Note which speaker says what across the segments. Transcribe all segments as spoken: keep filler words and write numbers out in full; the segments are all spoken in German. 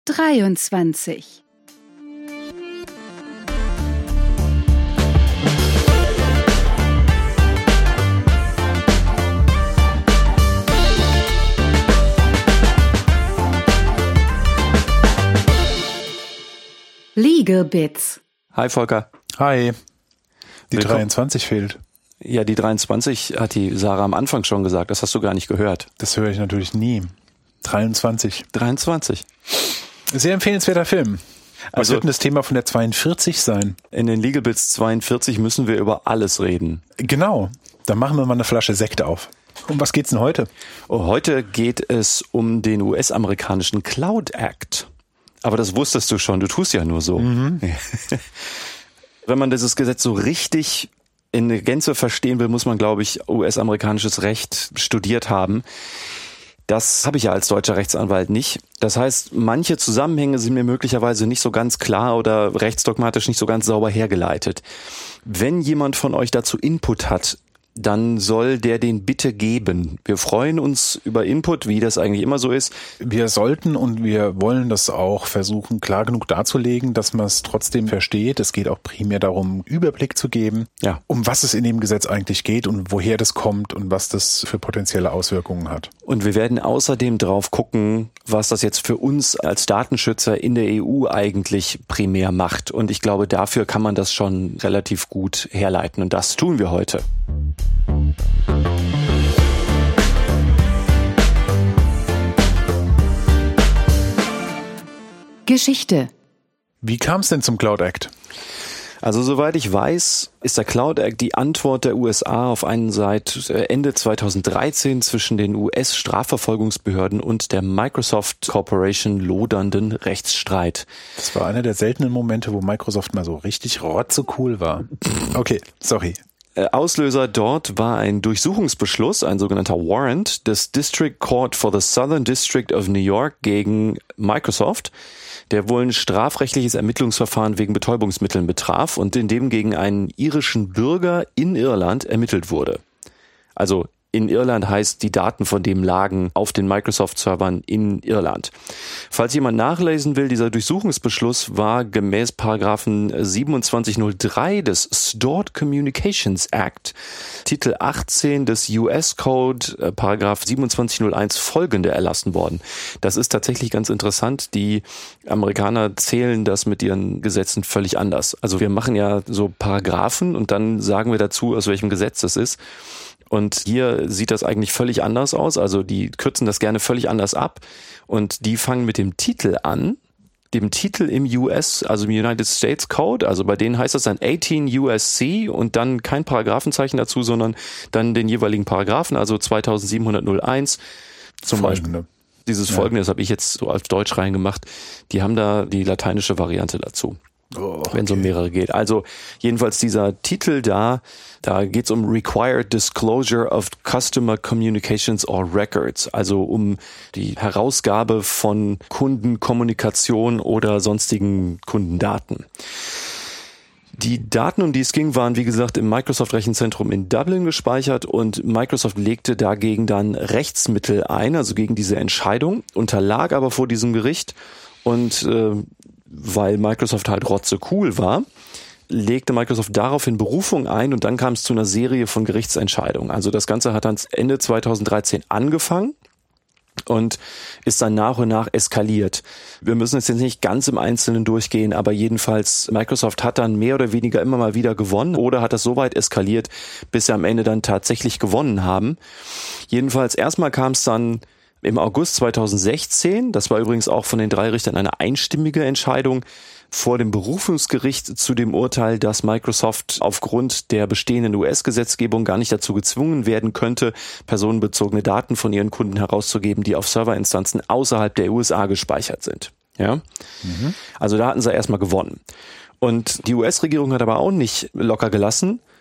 Speaker 1: dreiundzwanzig. Legal Bits.
Speaker 2: Hi Volker.
Speaker 3: Hi. Die
Speaker 2: Willkommen.
Speaker 3: dreiundzwanzig fehlt.
Speaker 2: Ja, die dreiundzwanzig hat die Sarah am Anfang schon gesagt. Das hast du gar nicht gehört.
Speaker 3: Das höre ich natürlich nie. dreiundzwanzig.
Speaker 2: dreiundzwanzig.
Speaker 3: Sehr empfehlenswerter Film. Was
Speaker 2: Also-
Speaker 3: wird denn das Thema von der zweiundvierzig sein?
Speaker 2: In den Legal Bits zweiundvierzig müssen wir über alles reden.
Speaker 3: Genau. Dann machen wir mal eine Flasche Sekt auf. Um was geht's denn heute?
Speaker 2: Oh, heute geht es um den U S-amerikanischen Cloud Act. Aber das wusstest du schon, du tust ja nur so. Mhm. Wenn man dieses Gesetz so richtig in der Gänze verstehen will, muss man, glaube ich, U S-amerikanisches Recht studiert haben. Das habe ich ja als deutscher Rechtsanwalt nicht. Das heißt, manche Zusammenhänge sind mir möglicherweise nicht so ganz klar oder rechtsdogmatisch nicht so ganz sauber hergeleitet. Wenn jemand von euch dazu Input hat, dann soll der den bitte geben. Wir freuen uns über Input, wie das eigentlich immer so ist.
Speaker 3: Wir sollten und wir wollen das auch versuchen, klar genug darzulegen, dass man es trotzdem versteht. Es geht auch primär darum, Überblick zu geben,
Speaker 2: Ja.
Speaker 3: um was es in dem Gesetz eigentlich geht und woher das kommt und was das für potenzielle Auswirkungen hat.
Speaker 2: Und wir werden außerdem drauf gucken, was das jetzt für uns als Datenschützer in der E U eigentlich primär macht. Und ich glaube, dafür kann man das schon relativ gut herleiten. Und das tun wir heute.
Speaker 1: Geschichte.
Speaker 3: Wie kam es denn zum Cloud Act?
Speaker 2: Also soweit ich weiß, ist der Cloud Act die Antwort der U S A auf einen seit Ende zweitausenddreizehn zwischen den U S-Strafverfolgungsbehörden und der Microsoft Corporation lodernden Rechtsstreit.
Speaker 3: Das war einer der seltenen Momente, wo Microsoft mal so richtig rotzecool war. Okay, sorry.
Speaker 2: Auslöser dort war ein Durchsuchungsbeschluss, ein sogenannter Warrant des District Court for the Southern District of New York gegen Microsoft, der wohl ein strafrechtliches Ermittlungsverfahren wegen Betäubungsmitteln betraf und in dem gegen einen irischen Bürger in Irland ermittelt wurde. Also in Irland heißt, die Daten von dem lagen auf den Microsoft-Servern in Irland. Falls jemand nachlesen will, dieser Durchsuchungsbeschluss war gemäß Paragraphen siebenundzwanzig null drei des Stored Communications Act, Titel achtzehn des U S-Code, Paragraph siebenundzwanzig null eins folgende erlassen worden. Das ist tatsächlich ganz interessant. Die Amerikaner zählen das mit ihren Gesetzen völlig anders. Also wir machen ja so Paragraphen und dann sagen wir dazu, aus welchem Gesetz das ist. Und hier sieht das eigentlich völlig anders aus. Also die kürzen das gerne völlig anders ab. Und die fangen mit dem Titel an, dem Titel im U S, also im United States Code. Also bei denen heißt das dann achtzehn U S C und dann kein Paragraphenzeichen dazu, sondern dann den jeweiligen Paragraphen, also zweitausendsiebenhundert null eins zum
Speaker 3: Folgende.
Speaker 2: Beispiel. Dieses
Speaker 3: Ja.
Speaker 2: Folgende, das habe ich jetzt so als Deutsch reingemacht. Die haben da die lateinische Variante dazu.
Speaker 3: Oh, okay.
Speaker 2: Wenn es um mehrere geht. Also jedenfalls dieser Titel da, da geht es um Required Disclosure of Customer Communications or Records, also um die Herausgabe von Kundenkommunikation oder sonstigen Kundendaten. Die Daten, um die es ging, waren wie gesagt im Microsoft-Rechenzentrum in Dublin gespeichert und Microsoft legte dagegen dann Rechtsmittel ein, also gegen diese Entscheidung, unterlag aber vor diesem Gericht und äh, weil Microsoft halt rotze cool war, legte Microsoft daraufhin Berufung ein und dann kam es zu einer Serie von Gerichtsentscheidungen. Also das Ganze hat dann Ende zweitausenddreizehn angefangen und ist dann nach und nach eskaliert. Wir müssen es jetzt nicht ganz im Einzelnen durchgehen, aber jedenfalls Microsoft hat dann mehr oder weniger immer mal wieder gewonnen oder hat das so weit eskaliert, bis sie am Ende dann tatsächlich gewonnen haben. Jedenfalls erstmal kam es dann im August zweitausendsechzehn, das war übrigens auch von den drei Richtern eine einstimmige Entscheidung, vor dem Berufungsgericht zu dem Urteil, dass Microsoft aufgrund der bestehenden U S-Gesetzgebung gar nicht dazu gezwungen werden könnte, personenbezogene Daten von ihren Kunden herauszugeben, die auf Serverinstanzen außerhalb der U S A gespeichert sind. Ja? Mhm. Also da hatten sie erstmal gewonnen. Und die U S-Regierung hat aber auch nicht locker gelassen.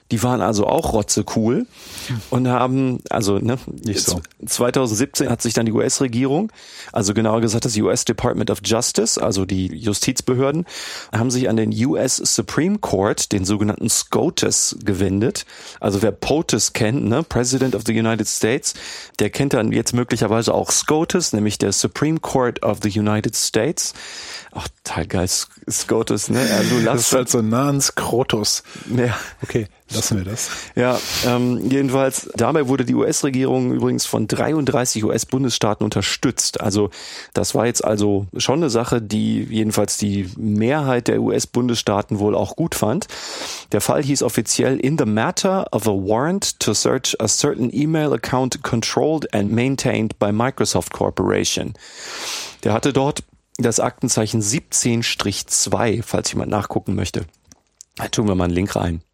Speaker 2: Die waren also auch rotzecool und haben, also ne,
Speaker 3: Nicht so.
Speaker 2: zwanzig siebzehn hat sich dann die U S-Regierung, also genauer gesagt das U S Department of Justice, also die Justizbehörden, haben sich an den U S Supreme Court, den sogenannten SCOTUS, gewendet. Also wer POTUS kennt, ne, President of the United States, der kennt dann jetzt möglicherweise auch SCOTUS, nämlich der Supreme Court of the United States. Ach, total geil, SCOTUS, ne? Also, du
Speaker 3: das ist halt so nah an Skrotus.
Speaker 2: Ja.
Speaker 3: Okay, lassen wir das.
Speaker 2: Ja, ähm, jedenfalls, dabei wurde die U S-Regierung übrigens von dreiunddreißig U S-Bundesstaaten unterstützt. Also das war jetzt also schon eine Sache, die jedenfalls die Mehrheit der U S-Bundesstaaten wohl auch gut fand. Der Fall hieß offiziell In the matter of a warrant to search a certain email account controlled and maintained by Microsoft Corporation. Der hatte dort das Aktenzeichen siebzehn zwei, falls jemand nachgucken möchte. Da tun wir mal einen Link rein.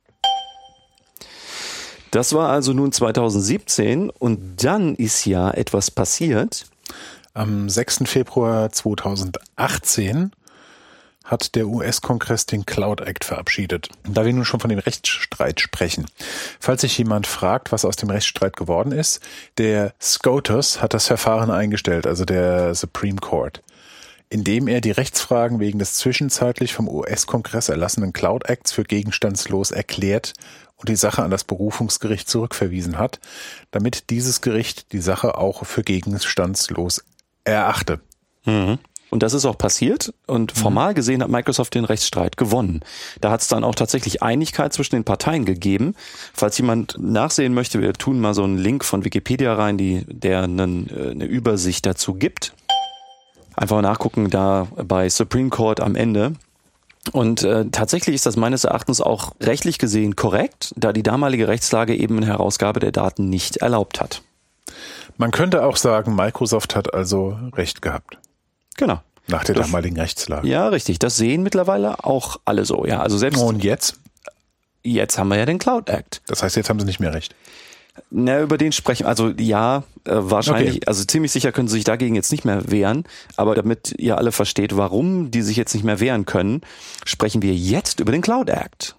Speaker 2: Das war also nun zwanzig siebzehn und dann ist ja etwas passiert.
Speaker 3: Am sechsten Februar zweitausendachtzehn hat der U S-Kongress den Cloud Act verabschiedet. Da wir nun schon von dem Rechtsstreit sprechen. Falls sich jemand fragt, was aus dem Rechtsstreit geworden ist, der SCOTUS hat das Verfahren eingestellt, also der Supreme Court, indem er die Rechtsfragen wegen des zwischenzeitlich vom U S-Kongress erlassenen Cloud Acts für gegenstandslos erklärt und die Sache an das Berufungsgericht zurückverwiesen hat, damit dieses Gericht die Sache auch für gegenstandslos erachte.
Speaker 2: Mhm. Und das ist auch passiert und formal gesehen hat Microsoft den Rechtsstreit gewonnen. Da hat es dann auch tatsächlich Einigkeit zwischen den Parteien gegeben. Falls jemand nachsehen möchte, wir tun mal so einen Link von Wikipedia rein, die, der einen, eine Übersicht dazu gibt. Einfach nachgucken, da bei Supreme Court am Ende. Und äh, tatsächlich ist das meines Erachtens auch rechtlich gesehen korrekt, da die damalige Rechtslage eben eine Herausgabe der Daten nicht erlaubt hat.
Speaker 3: Man könnte auch sagen, Microsoft hat also Recht gehabt.
Speaker 2: Genau.
Speaker 3: Nach der
Speaker 2: das,
Speaker 3: damaligen Rechtslage.
Speaker 2: Ja, richtig. Das sehen mittlerweile auch alle so. Ja, also selbst.
Speaker 3: Und jetzt?
Speaker 2: Jetzt haben wir ja den Cloud Act.
Speaker 3: Das heißt, jetzt haben sie nicht mehr Recht.
Speaker 2: Na, über den sprechen, also ja, äh, wahrscheinlich,
Speaker 3: okay.
Speaker 2: Also ziemlich sicher können sie sich dagegen jetzt nicht mehr wehren, aber damit ihr alle versteht, warum die sich jetzt nicht mehr wehren können, sprechen wir jetzt über den Cloud Act.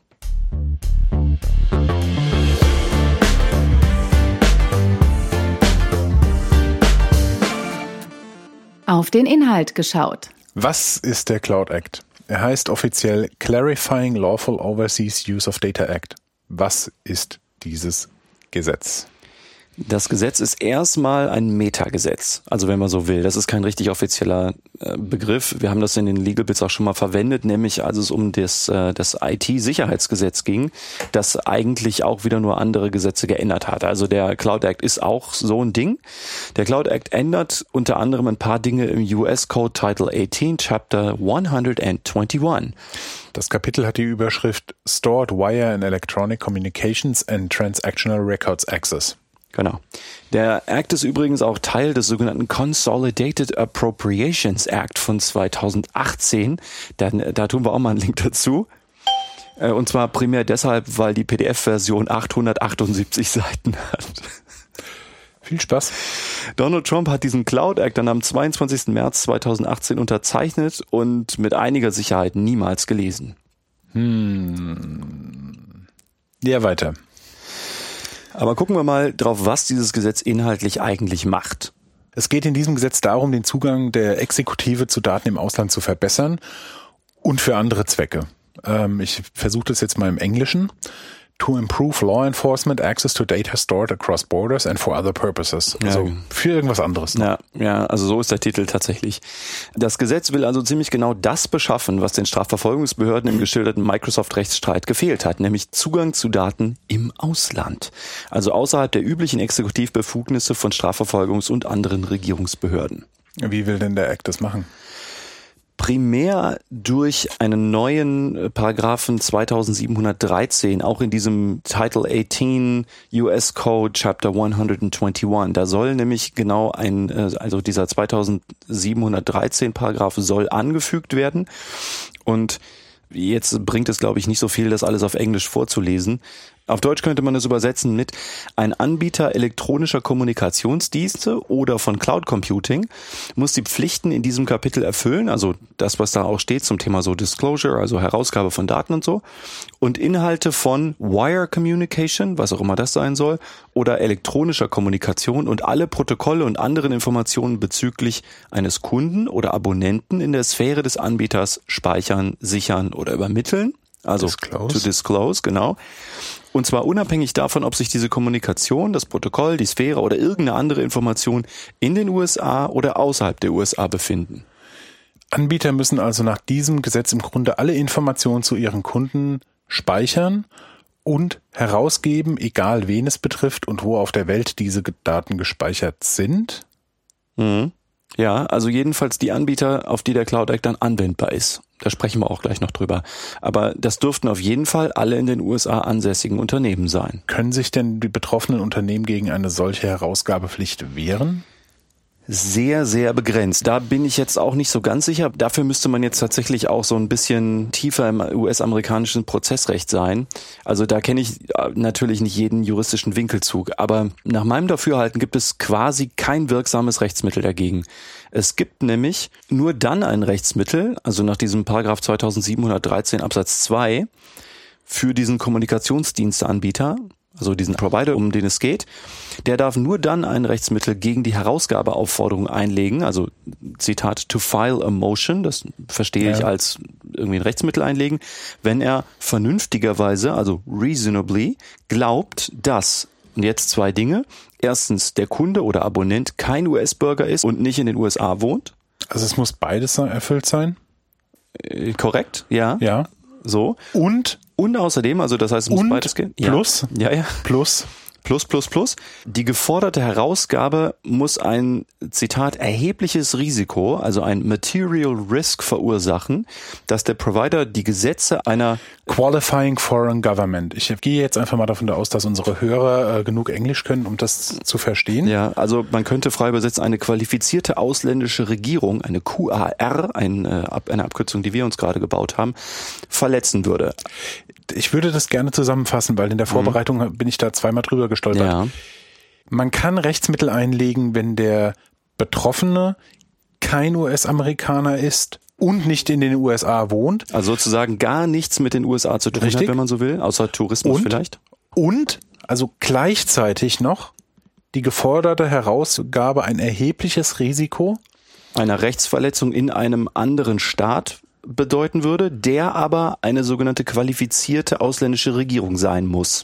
Speaker 1: Auf den Inhalt geschaut.
Speaker 3: Was ist der Cloud Act? Er heißt offiziell Clarifying Lawful Overseas Use of Data Act. Was ist dieses Gesetz?
Speaker 2: Das Gesetz ist erstmal ein Metagesetz, also wenn man so will. Das ist kein richtig offizieller äh, Begriff. Wir haben das in den Legal Bits auch schon mal verwendet, nämlich als es um das, äh, das I T-Sicherheitsgesetz ging, das eigentlich auch wieder nur andere Gesetze geändert hat. Also der Cloud Act ist auch so ein Ding. Der Cloud Act ändert unter anderem ein paar Dinge im U S Code Title achtzehn, Chapter hunderteinundzwanzig.
Speaker 3: Das Kapitel hat die Überschrift Stored Wire and Electronic Communications and Transactional Records Access.
Speaker 2: Genau. Der Act ist übrigens auch Teil des sogenannten Consolidated Appropriations Act von zweitausendachtzehn. Da, da tun wir auch mal einen Link dazu. Und zwar primär deshalb, weil die P D F-Version achthundertachtundsiebzig Seiten hat.
Speaker 3: Viel Spaß.
Speaker 2: Donald Trump hat diesen Cloud Act dann am zweiundzwanzigsten März zweitausendachtzehn unterzeichnet und mit einiger Sicherheit niemals gelesen.
Speaker 3: Hm. Ja, weiter.
Speaker 2: Aber gucken wir mal drauf, was dieses Gesetz inhaltlich eigentlich macht.
Speaker 3: Es geht in diesem Gesetz darum, den Zugang der Exekutive zu Daten im Ausland zu verbessern und für andere Zwecke. Ähm, ich versuche das jetzt mal im Englischen. To improve law enforcement access to data stored across borders and for other purposes. Also
Speaker 2: ja.
Speaker 3: Für irgendwas anderes.
Speaker 2: Ja, ja, also so ist der Titel tatsächlich. Das Gesetz will also ziemlich genau das beschaffen, was den Strafverfolgungsbehörden im geschilderten Microsoft-Rechtsstreit gefehlt hat, nämlich Zugang zu Daten im Ausland. Also außerhalb der üblichen Exekutivbefugnisse von Strafverfolgungs- und anderen Regierungsbehörden.
Speaker 3: Wie will denn der Act das machen?
Speaker 2: Primär durch einen neuen Paragraphen zweitausendsiebenhundertdreizehn, auch in diesem Title achtzehn U S Code Chapter hunderteinundzwanzig. Da soll nämlich genau ein, also dieser zweitausendsiebenhundertdreizehn Paragraph soll angefügt werden. Und jetzt bringt es, glaube ich, nicht so viel, das alles auf Englisch vorzulesen. Auf Deutsch könnte man es übersetzen mit ein Anbieter elektronischer Kommunikationsdienste oder von Cloud Computing muss die Pflichten in diesem Kapitel erfüllen, also das, was da auch steht zum Thema so Disclosure, also Herausgabe von Daten und so, und Inhalte von Wire Communication, was auch immer das sein soll, oder elektronischer Kommunikation und alle Protokolle und anderen Informationen bezüglich eines Kunden oder Abonnenten in der Sphäre des Anbieters speichern, sichern oder übermitteln. Also
Speaker 3: disclose.
Speaker 2: to disclose, genau. Und zwar unabhängig davon, ob sich diese Kommunikation, das Protokoll, die Sphäre oder irgendeine andere Information in den U S A oder außerhalb der U S A befinden.
Speaker 3: Anbieter müssen also nach diesem Gesetz im Grunde alle Informationen zu ihren Kunden speichern und herausgeben, egal wen es betrifft und wo auf der Welt diese Daten gespeichert sind.
Speaker 2: Mhm. Ja, also jedenfalls die Anbieter, auf die der Cloud Act dann anwendbar ist. Da sprechen wir auch gleich noch drüber. Aber das dürften auf jeden Fall alle in den U S A ansässigen Unternehmen sein.
Speaker 3: Können sich denn die betroffenen Unternehmen gegen eine solche Herausgabepflicht wehren?
Speaker 2: Sehr, sehr begrenzt. Da bin ich jetzt auch nicht so ganz sicher. Dafür müsste man jetzt tatsächlich auch so ein bisschen tiefer im U S-amerikanischen Prozessrecht sein. Also da kenne ich natürlich nicht jeden juristischen Winkelzug. Aber nach meinem Dafürhalten gibt es quasi kein wirksames Rechtsmittel dagegen. Es gibt nämlich nur dann ein Rechtsmittel, also nach diesem Paragraph zweitausendsiebenhundertdreizehn Absatz zwei, für diesen Kommunikationsdiensteanbieter, also diesen Provider, um den es geht, der darf nur dann ein Rechtsmittel gegen die Herausgabeaufforderung einlegen, also Zitat, to file a motion, das verstehe ja. ich als irgendwie ein Rechtsmittel einlegen, wenn er vernünftigerweise, also reasonably, glaubt, dass, und jetzt zwei Dinge, erstens der Kunde oder Abonnent kein U S-Bürger ist und nicht in den U S A wohnt.
Speaker 3: Also es muss beides erfüllt sein?
Speaker 2: Äh, korrekt, ja.
Speaker 3: Ja.
Speaker 2: So.
Speaker 3: Und?
Speaker 2: Und außerdem, also das heißt, es muss
Speaker 3: und
Speaker 2: beides gehen.
Speaker 3: Plus?
Speaker 2: Ja, ja.
Speaker 3: Plus?
Speaker 2: Plus, plus, plus. Die geforderte Herausgabe muss ein, Zitat, erhebliches Risiko, also ein Material Risk verursachen, dass der Provider die Gesetze einer
Speaker 3: Qualifying Foreign Government. Ich gehe jetzt einfach mal davon aus, dass unsere Hörer äh, genug Englisch können, um das zu verstehen.
Speaker 2: Ja, also man könnte frei übersetzen, eine qualifizierte ausländische Regierung, eine Q A R, ein, äh, eine Abkürzung, die wir uns gerade gebaut haben, verletzen würde.
Speaker 3: Ich würde das gerne zusammenfassen, weil in der Vorbereitung mhm. bin ich da zweimal drüber gestolpert.
Speaker 2: Ja.
Speaker 3: Man kann Rechtsmittel einlegen, wenn der Betroffene kein U S-Amerikaner ist und nicht in den U S A wohnt.
Speaker 2: Also sozusagen gar nichts mit den U S A zu tun
Speaker 3: Richtig.
Speaker 2: hat, wenn man so will, außer Tourismus
Speaker 3: und,
Speaker 2: vielleicht.
Speaker 3: Und, also gleichzeitig noch, die geforderte Herausgabe ein erhebliches Risiko
Speaker 2: einer Rechtsverletzung in einem anderen Staat bedeuten würde, der aber eine sogenannte qualifizierte ausländische Regierung sein muss.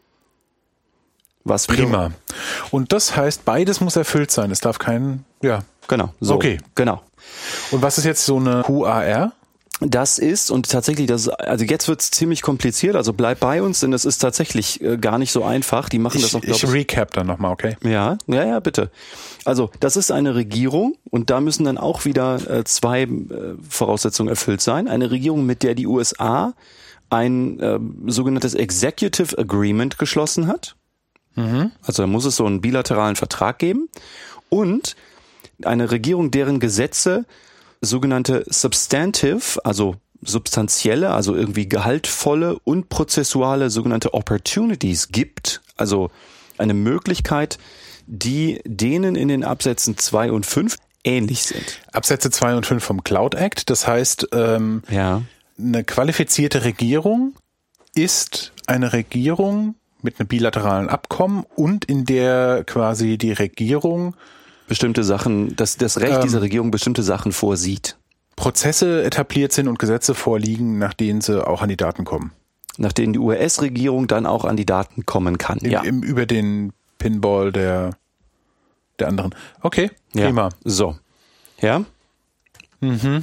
Speaker 2: Was
Speaker 3: Prima. Und das heißt, beides muss erfüllt sein. Es darf kein, ja.
Speaker 2: Genau. So.
Speaker 3: Okay.
Speaker 2: Genau.
Speaker 3: Und was ist jetzt so eine Q A R?
Speaker 2: Das ist, und tatsächlich, das, also jetzt wird's ziemlich kompliziert, also bleib bei uns, denn das ist tatsächlich äh, gar nicht so einfach. Die machen
Speaker 3: ich,
Speaker 2: das auch, glaube
Speaker 3: ich. Ich recap dann nochmal, okay?
Speaker 2: Ja, ja, ja, bitte. Also, das ist eine Regierung und da müssen dann auch wieder äh, zwei äh, Voraussetzungen erfüllt sein. Eine Regierung, mit der die U S A ein äh, sogenanntes Executive Agreement geschlossen hat.
Speaker 3: Mhm.
Speaker 2: Also da muss es so einen bilateralen Vertrag geben. Und eine Regierung, deren Gesetze sogenannte substantive, also substanzielle, also irgendwie gehaltvolle und prozessuale sogenannte Opportunities gibt, also eine Möglichkeit, die denen in den Absätzen zwei und fünf ähnlich sind.
Speaker 3: Absätze zwei und fünf vom Cloud Act, das heißt, ähm,
Speaker 2: ja.
Speaker 3: eine qualifizierte Regierung ist eine Regierung mit einem bilateralen Abkommen und in der quasi die Regierung
Speaker 2: bestimmte Sachen, dass das Recht ähm, dieser Regierung bestimmte Sachen vorsieht.
Speaker 3: Prozesse etabliert sind und Gesetze vorliegen, nach denen sie auch an die Daten kommen.
Speaker 2: Nach denen die U S-Regierung dann auch an die Daten kommen kann,
Speaker 3: Im,
Speaker 2: ja.
Speaker 3: Im, über den Pinball der, der anderen. Okay, prima.
Speaker 2: Ja. So. Ja?
Speaker 3: Mhm.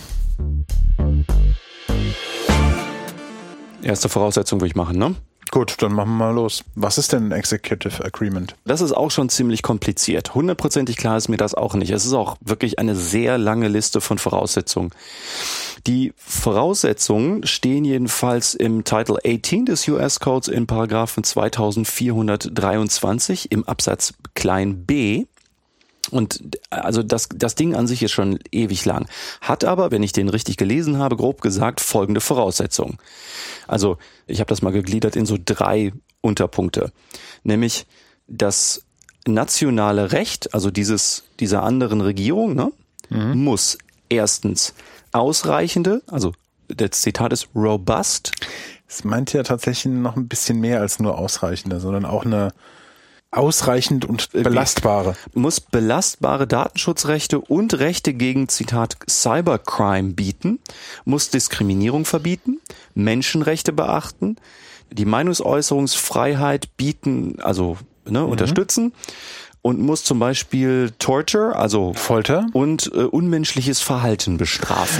Speaker 2: Erste Voraussetzung würde ich machen, ne?
Speaker 3: Gut, dann machen wir mal los. Was ist denn ein Executive Agreement?
Speaker 2: Das ist auch schon ziemlich kompliziert. Hundertprozentig klar ist mir das auch nicht. Es ist auch wirklich eine sehr lange Liste von Voraussetzungen. Die Voraussetzungen stehen jedenfalls im Title achtzehn des U S-Codes in Paragraphen zweitausendvierhundertdreiundzwanzig im Absatz klein b. Und also das, das Ding an sich ist schon ewig lang. Hat aber, wenn ich den richtig gelesen habe, grob gesagt, folgende Voraussetzungen. Also ich habe das mal gegliedert in so drei Unterpunkte. Nämlich das nationale Recht, also dieses dieser anderen Regierung, ne, mhm. muss erstens ausreichende, also das Zitat ist robust.
Speaker 3: Es meint ja tatsächlich noch ein bisschen mehr als nur ausreichende, sondern auch eine ausreichend und belastbare.
Speaker 2: Muss belastbare Datenschutzrechte und Rechte gegen, Zitat, Cybercrime bieten, muss Diskriminierung verbieten, Menschenrechte beachten, die Meinungsäußerungsfreiheit bieten, also ne, mhm. unterstützen und muss zum Beispiel Torture, also
Speaker 3: Folter
Speaker 2: und äh, unmenschliches Verhalten bestrafen.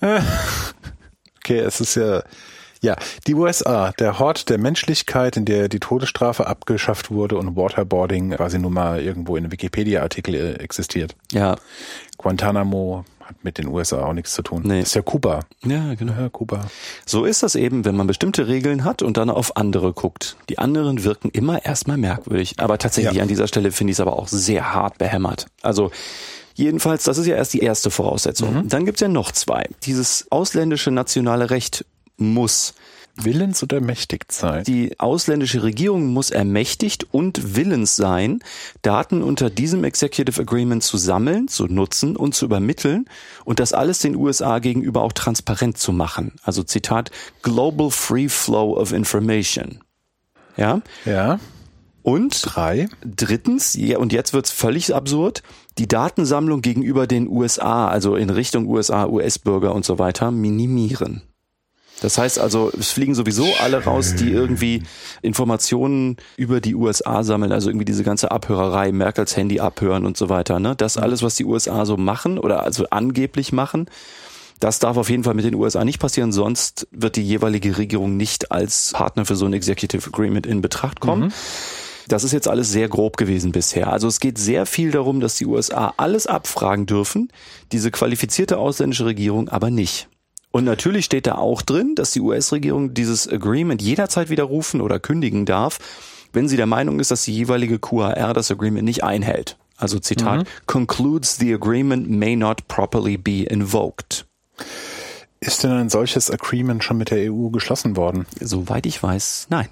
Speaker 3: Okay, es ist ja Ja, die U S A, der Hort der Menschlichkeit, in der die Todesstrafe abgeschafft wurde und Waterboarding quasi nur mal irgendwo in einem Wikipedia-Artikel existiert.
Speaker 2: Ja.
Speaker 3: Guantanamo hat mit den U S A auch nichts zu tun.
Speaker 2: Nee.
Speaker 3: Das ist ja Kuba.
Speaker 2: Ja, genau.
Speaker 3: Ja, Kuba.
Speaker 2: So ist das eben, wenn man bestimmte Regeln hat und dann auf andere guckt. Die anderen wirken immer erstmal merkwürdig. Aber tatsächlich ja. an dieser Stelle finde ich es aber auch sehr hart behämmert. Also jedenfalls, das ist ja erst die erste Voraussetzung. Mhm. Dann gibt's ja noch zwei. Dieses ausländische nationale Recht muss
Speaker 3: willens oder ermächtigt sein.
Speaker 2: Die ausländische Regierung muss ermächtigt und willens sein, Daten unter diesem Executive Agreement zu sammeln, zu nutzen und zu übermitteln und das alles den U S A gegenüber auch transparent zu machen. Also Zitat, Global Free Flow of Information. Ja?
Speaker 3: Ja.
Speaker 2: Und
Speaker 3: drei.
Speaker 2: Drittens, ja, und jetzt wird's völlig absurd, die Datensammlung gegenüber den U S A, also in Richtung U S A, U S-Bürger und so weiter, minimieren. Das heißt also, es fliegen sowieso alle raus, die irgendwie Informationen über die U S A sammeln, also irgendwie diese ganze Abhörerei, Merkels Handy abhören und so weiter. Ne? Das alles, was die U S A so machen oder also angeblich machen, das darf auf jeden Fall mit den U S A nicht passieren, sonst wird die jeweilige Regierung nicht als Partner für so ein Executive Agreement in Betracht kommen. Mhm. Das ist jetzt alles sehr grob gewesen bisher. Also es geht sehr viel darum, dass die U S A alles abfragen dürfen, diese qualifizierte ausländische Regierung aber nicht. Und natürlich steht da auch drin, dass die U S-Regierung dieses Agreement jederzeit widerrufen oder kündigen darf, wenn sie der Meinung ist, dass die jeweilige Q A R das Agreement nicht einhält. Also Zitat, mhm. concludes the agreement may not properly be invoked.
Speaker 3: Ist denn ein solches Agreement schon mit der E U geschlossen worden?
Speaker 2: Soweit ich weiß, nein.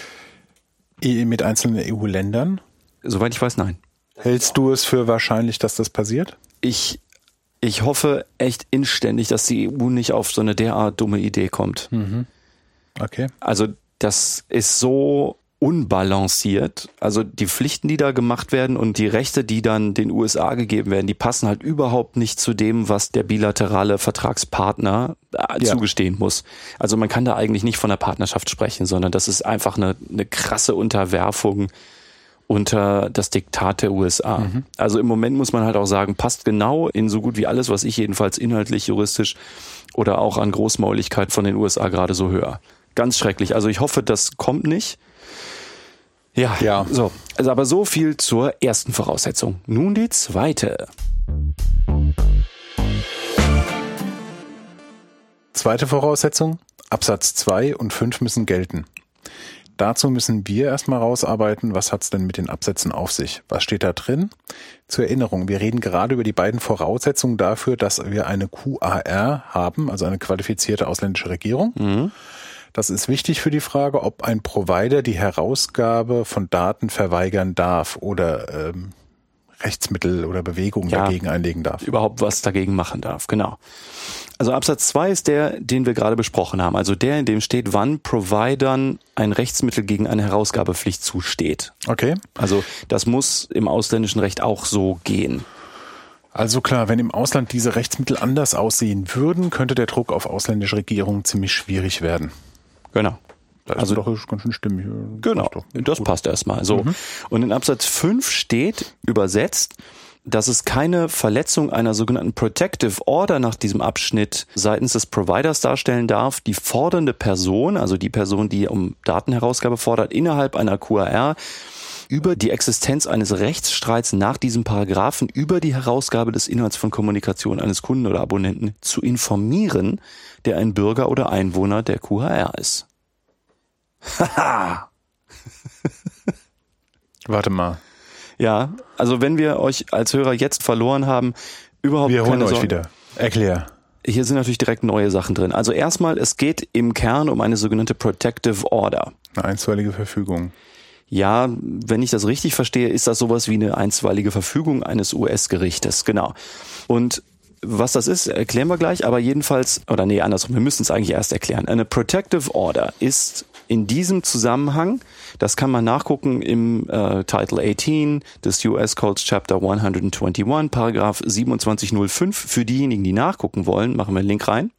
Speaker 3: Mit einzelnen E U-Ländern?
Speaker 2: Soweit ich weiß, nein.
Speaker 3: Hältst du es für wahrscheinlich, dass das passiert?
Speaker 2: Ich Ich hoffe echt inständig, dass die E U nicht auf so eine derart dumme Idee kommt.
Speaker 3: Mhm. Okay.
Speaker 2: Also das ist so unbalanciert. Also die Pflichten, die da gemacht werden und die Rechte, die dann den U S A gegeben werden, die passen halt überhaupt nicht zu dem, was der bilaterale Vertragspartner ja. zugestehen muss. Also man kann da eigentlich nicht von einer Partnerschaft sprechen, sondern das ist einfach eine, eine krasse Unterwerfung unter das Diktat der U S A. Mhm. Also im Moment muss man halt auch sagen, passt genau in so gut wie alles, was ich jedenfalls inhaltlich, juristisch oder auch an Großmäuligkeit von den U S A gerade so höre. Ganz schrecklich. Also ich hoffe, das kommt nicht. Ja,
Speaker 3: ja.
Speaker 2: So. Also aber so viel zur ersten Voraussetzung. Nun die zweite.
Speaker 3: Zweite Voraussetzung, Absatz zwei und fünf müssen gelten. Dazu müssen wir erstmal rausarbeiten, was hat's denn mit den Absätzen auf sich? Was steht da drin? Zur Erinnerung, wir reden gerade über die beiden Voraussetzungen dafür, dass wir eine Q A R haben, also eine qualifizierte ausländische Regierung. Mhm. Das ist wichtig für die Frage, ob ein Provider die Herausgabe von Daten verweigern darf oder ähm, Rechtsmittel oder Bewegungen ja, dagegen einlegen darf.
Speaker 2: Überhaupt was dagegen machen darf, genau. Also Absatz zwei ist der, den wir gerade besprochen haben. Also der, in dem steht, wann Providern ein Rechtsmittel gegen eine Herausgabepflicht zusteht.
Speaker 3: Okay.
Speaker 2: Also das muss im ausländischen Recht auch so gehen.
Speaker 3: Also klar, wenn im Ausland diese Rechtsmittel anders aussehen würden, könnte der Druck auf ausländische Regierungen ziemlich schwierig werden.
Speaker 2: Genau.
Speaker 3: Das also doch ist ganz schön stimmig.
Speaker 2: Genau, das passt erstmal. So. Mhm. Und in Absatz fünf steht, übersetzt, dass es keine Verletzung einer sogenannten Protective Order nach diesem Abschnitt seitens des Providers darstellen darf, die fordernde Person, also die Person, die um Datenherausgabe fordert, innerhalb einer Q A R über die Existenz eines Rechtsstreits nach diesem Paragraphen über die Herausgabe des Inhalts von Kommunikation eines Kunden oder Abonnenten zu informieren, der ein Bürger oder Einwohner der Q A R ist. Haha!
Speaker 3: Warte mal.
Speaker 2: Ja, also wenn wir euch als Hörer jetzt verloren haben, überhaupt
Speaker 3: wir holen
Speaker 2: keine
Speaker 3: euch
Speaker 2: Sorge.
Speaker 3: wieder. Erklär.
Speaker 2: Hier sind natürlich direkt neue Sachen drin. Also erstmal, es geht im Kern um eine sogenannte Protective Order.
Speaker 3: Eine einstweilige Verfügung.
Speaker 2: Ja, wenn ich das richtig verstehe, ist das sowas wie eine einstweilige Verfügung eines U S-Gerichtes, genau. Und was das ist, erklären wir gleich, aber jedenfalls, oder nee, andersrum, wir müssen es eigentlich erst erklären. Eine Protective Order ist in diesem Zusammenhang, das kann man nachgucken im äh, Title achtzehn des U S Codes Chapter hunderteinundzwanzig, Paragraph siebenundzwanzig null fünf. Für diejenigen, die nachgucken wollen, machen wir einen Link rein.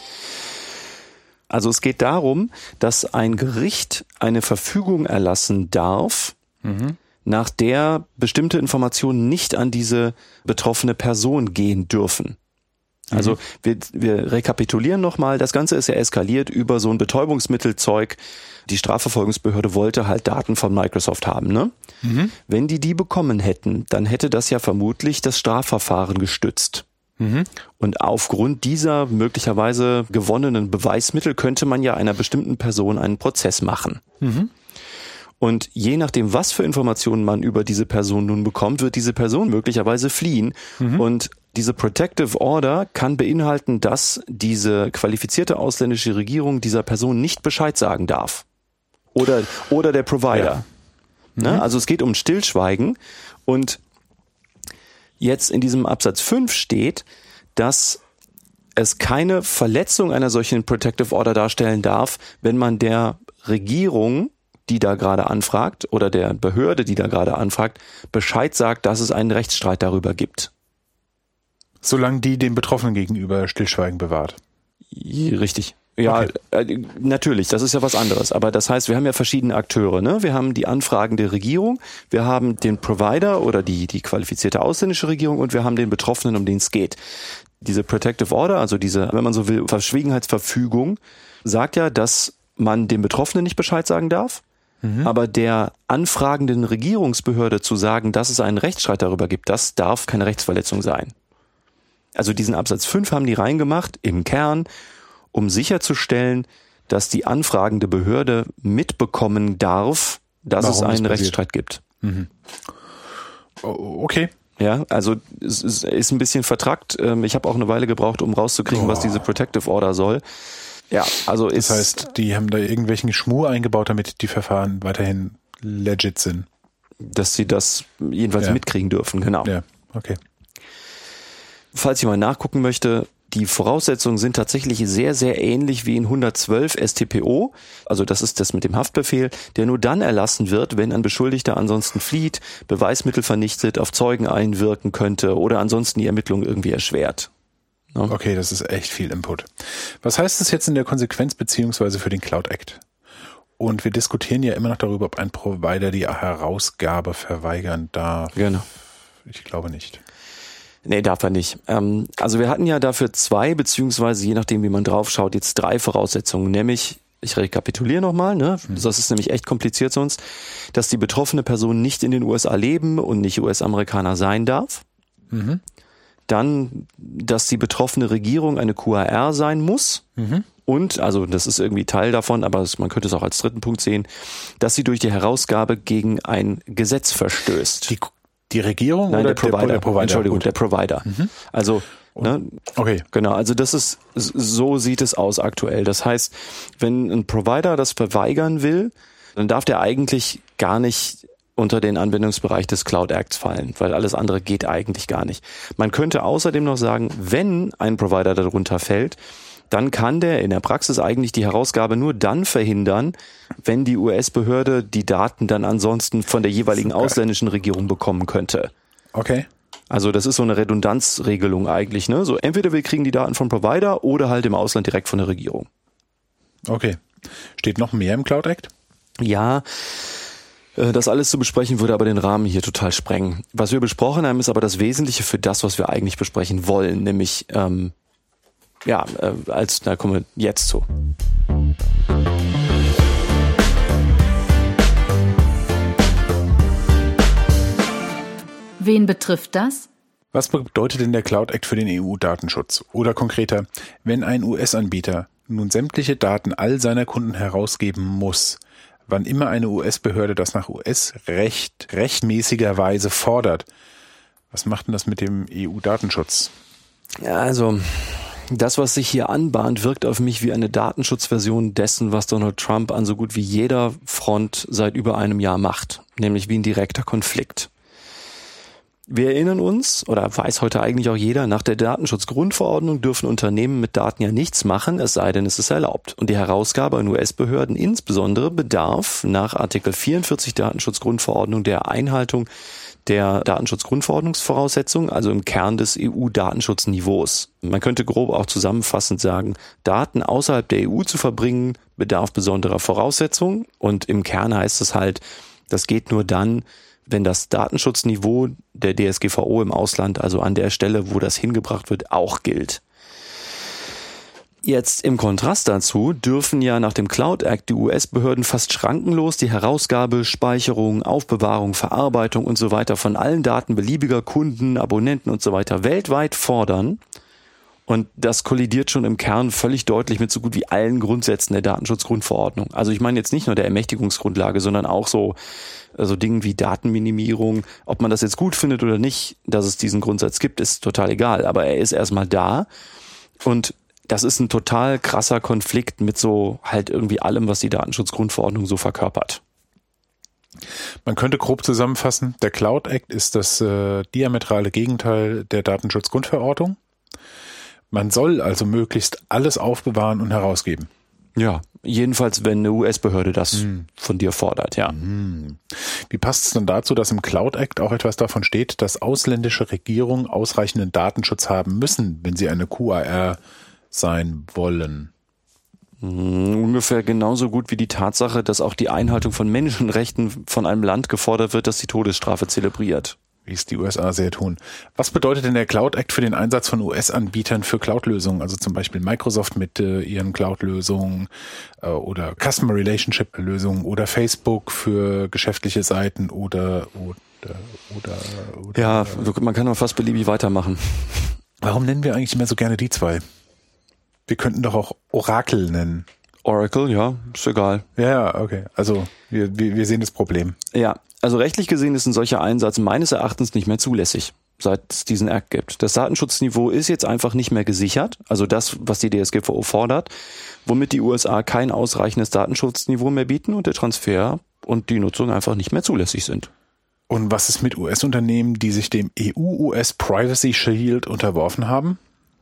Speaker 2: Also es geht darum, dass ein Gericht eine Verfügung erlassen darf, mhm. nach der bestimmte Informationen nicht an diese betroffene Person gehen dürfen. Also mhm. wir, wir rekapitulieren nochmal, das Ganze ist ja eskaliert über so ein Betäubungsmittelzeug. Die Strafverfolgungsbehörde wollte halt Daten von Microsoft haben, ne? Mhm. Wenn die die bekommen hätten, dann hätte das ja vermutlich das Strafverfahren gestützt. Mhm. Und aufgrund dieser möglicherweise gewonnenen Beweismittel könnte man ja einer bestimmten Person einen Prozess machen. Mhm. Und je nachdem, was für Informationen man über diese Person nun bekommt, wird diese Person möglicherweise fliehen. Mhm. Und diese Protective Order kann beinhalten, dass diese qualifizierte ausländische Regierung dieser Person nicht Bescheid sagen darf. Oder, oder der Provider. Ja. Mhm. Ne? Also es geht um Stillschweigen. Und jetzt in diesem Absatz fünf steht, dass es keine Verletzung einer solchen Protective Order darstellen darf, wenn man der Regierung, die da gerade anfragt, oder der Behörde, die da gerade anfragt, Bescheid sagt, dass es einen Rechtsstreit darüber gibt.
Speaker 3: Solange die dem Betroffenen gegenüber Stillschweigen bewahrt.
Speaker 2: Richtig. Ja, okay. äh, natürlich, das ist ja was anderes. Aber das heißt, wir haben ja verschiedene Akteure, ne? Wir haben die anfragende Regierung, wir haben den Provider oder die, die qualifizierte ausländische Regierung und wir haben den Betroffenen, um den es geht. Diese Protective Order, also diese, wenn man so will, Verschwiegenheitsverfügung, sagt ja, dass man dem Betroffenen nicht Bescheid sagen darf, mhm. aber der anfragenden Regierungsbehörde zu sagen, dass es einen Rechtsstreit darüber gibt, das darf keine Rechtsverletzung sein. Also diesen Absatz fünf haben die reingemacht im Kern, um sicherzustellen, dass die anfragende Behörde mitbekommen darf, dass Warum es einen Rechtsstreit gibt.
Speaker 3: Mhm. Okay.
Speaker 2: Ja, also es ist ein bisschen vertrackt. Ich habe auch eine Weile gebraucht, um rauszukriegen, oh. was diese Protective Order soll. Ja, also ist.
Speaker 3: Das heißt, die haben da irgendwelchen Schmuh eingebaut, damit die Verfahren weiterhin legit sind.
Speaker 2: Dass sie das jedenfalls ja. mitkriegen dürfen, genau.
Speaker 3: Ja, okay.
Speaker 2: Falls jemand nachgucken möchte, die Voraussetzungen sind tatsächlich sehr, sehr ähnlich wie in hundertzwölf S t P O. Also das ist das mit dem Haftbefehl, der nur dann erlassen wird, wenn ein Beschuldigter ansonsten flieht, Beweismittel vernichtet, auf Zeugen einwirken könnte oder ansonsten die Ermittlung irgendwie erschwert. Ja.
Speaker 3: Okay, das ist echt viel Input. Was heißt das jetzt in der Konsequenz beziehungsweise für den Cloud Act? Und wir diskutieren ja immer noch darüber, ob ein Provider die Herausgabe verweigern darf.
Speaker 2: Genau.
Speaker 3: Ich glaube nicht.
Speaker 2: Nee, darf er nicht. Ähm, also wir hatten ja dafür zwei, beziehungsweise je nachdem, wie man drauf schaut, jetzt drei Voraussetzungen. Nämlich, ich rekapituliere nochmal, ne? Das ist nämlich echt kompliziert sonst, dass die betroffene Person nicht in den U S A leben und nicht U S-Amerikaner sein darf. Mhm. Dann, dass die betroffene Regierung eine Q A R sein muss. Mhm. Und, also das ist irgendwie Teil davon, aber man könnte es auch als dritten Punkt sehen, dass sie durch die Herausgabe gegen ein Gesetz verstößt.
Speaker 3: Die Die Regierung
Speaker 2: Nein,
Speaker 3: oder
Speaker 2: der Provider?
Speaker 3: Der, der Provider?
Speaker 2: Entschuldigung,
Speaker 3: Gut.
Speaker 2: der Provider. Mhm. Also, ne,
Speaker 3: okay.
Speaker 2: Genau, also das ist, so sieht es aus aktuell. Das heißt, wenn ein Provider das verweigern will, dann darf der eigentlich gar nicht unter den Anwendungsbereich des Cloud Acts fallen, weil alles andere geht eigentlich gar nicht. Man könnte außerdem noch sagen, wenn ein Provider darunter fällt, dann kann der in der Praxis eigentlich die Herausgabe nur dann verhindern, wenn die U S-Behörde die Daten dann ansonsten von der jeweiligen okay. ausländischen Regierung bekommen könnte.
Speaker 3: Okay.
Speaker 2: Also das ist so eine Redundanzregelung eigentlich, ne? So entweder wir kriegen die Daten vom Provider oder halt im Ausland direkt von der Regierung.
Speaker 3: Okay. Steht noch mehr im Cloud Act?
Speaker 2: Ja, das alles zu besprechen würde aber den Rahmen hier total sprengen. Was wir besprochen haben, ist aber das Wesentliche für das, was wir eigentlich besprechen wollen, nämlich ähm, ja, äh, als, da kommen wir jetzt zu.
Speaker 1: Wen betrifft das?
Speaker 3: Was bedeutet denn der Cloud Act für den E U-Datenschutz? Oder konkreter, wenn ein U S-Anbieter nun sämtliche Daten all seiner Kunden herausgeben muss, wann immer eine U S-Behörde das nach U S-Recht rechtmäßigerweise fordert. Was macht denn das mit dem E U-Datenschutz?
Speaker 2: Ja, also das, was sich hier anbahnt, wirkt auf mich wie eine Datenschutzversion dessen, was Donald Trump an so gut wie jeder Front seit über einem Jahr macht, nämlich wie ein direkter Konflikt. Wir erinnern uns, oder weiß heute eigentlich auch jeder, nach der Datenschutzgrundverordnung dürfen Unternehmen mit Daten ja nichts machen, es sei denn, es ist erlaubt. Und die Herausgabe an U S-Behörden insbesondere bedarf nach Artikel vierundvierzig Datenschutzgrundverordnung der Einhaltung der Datenschutzgrundverordnungsvoraussetzungen, also im Kern des E U-Datenschutzniveaus. Man könnte grob auch zusammenfassend sagen, Daten außerhalb der E U zu verbringen, bedarf besonderer Voraussetzungen. Und im Kern heißt es halt, das geht nur dann, wenn das Datenschutzniveau der D S G V O im Ausland, also an der Stelle, wo das hingebracht wird, auch gilt. Jetzt im Kontrast dazu dürfen ja nach dem Cloud Act die U S-Behörden fast schrankenlos die Herausgabe, Speicherung, Aufbewahrung, Verarbeitung und so weiter von allen Daten beliebiger Kunden, Abonnenten und so weiter weltweit fordern. Und das kollidiert schon im Kern völlig deutlich mit so gut wie allen Grundsätzen der Datenschutzgrundverordnung. Also ich meine jetzt nicht nur der Ermächtigungsgrundlage, sondern auch so also Dingen wie Datenminimierung. Ob man das jetzt gut findet oder nicht, dass es diesen Grundsatz gibt, ist total egal. Aber er ist erstmal da und das ist ein total krasser Konflikt mit so halt irgendwie allem, was die Datenschutzgrundverordnung so verkörpert.
Speaker 3: Man könnte grob zusammenfassen, der Cloud Act ist das äh, diametrale Gegenteil der Datenschutzgrundverordnung. Man soll also möglichst alles aufbewahren und herausgeben.
Speaker 2: Ja, jedenfalls, wenn eine U S-Behörde das hm. von dir fordert, ja.
Speaker 3: Hm. Wie passt es dann dazu, dass im Cloud Act auch etwas davon steht, dass ausländische Regierungen ausreichenden Datenschutz haben müssen, wenn sie eine Q A R sein wollen?
Speaker 2: Ungefähr genauso gut wie die Tatsache, dass auch die Einhaltung von Menschenrechten von einem Land gefordert wird, das die Todesstrafe zelebriert.
Speaker 3: Wie es die U S A sehr tun. Was bedeutet denn der Cloud Act für den Einsatz von U S-Anbietern für Cloud-Lösungen? Also zum Beispiel Microsoft mit äh, ihren Cloud-Lösungen äh, oder Customer Relationship-Lösungen oder Facebook für geschäftliche Seiten oder oder oder, oder
Speaker 2: Ja, man kann doch fast beliebig weitermachen.
Speaker 3: Warum nennen wir eigentlich immer so gerne die zwei? Wir könnten doch auch Oracle nennen.
Speaker 2: Oracle, ja, ist egal.
Speaker 3: Ja, okay. Also wir, wir, wir sehen das Problem.
Speaker 2: Ja, also rechtlich gesehen ist ein solcher Einsatz meines Erachtens nicht mehr zulässig, seit es diesen Act gibt. Das Datenschutzniveau ist jetzt einfach nicht mehr gesichert, also das, was die D S G V O fordert, womit die U S A kein ausreichendes Datenschutzniveau mehr bieten und der Transfer und die Nutzung einfach nicht mehr zulässig sind.
Speaker 3: Und was ist mit U S-Unternehmen, die sich dem E U-U S Privacy Shield unterworfen haben?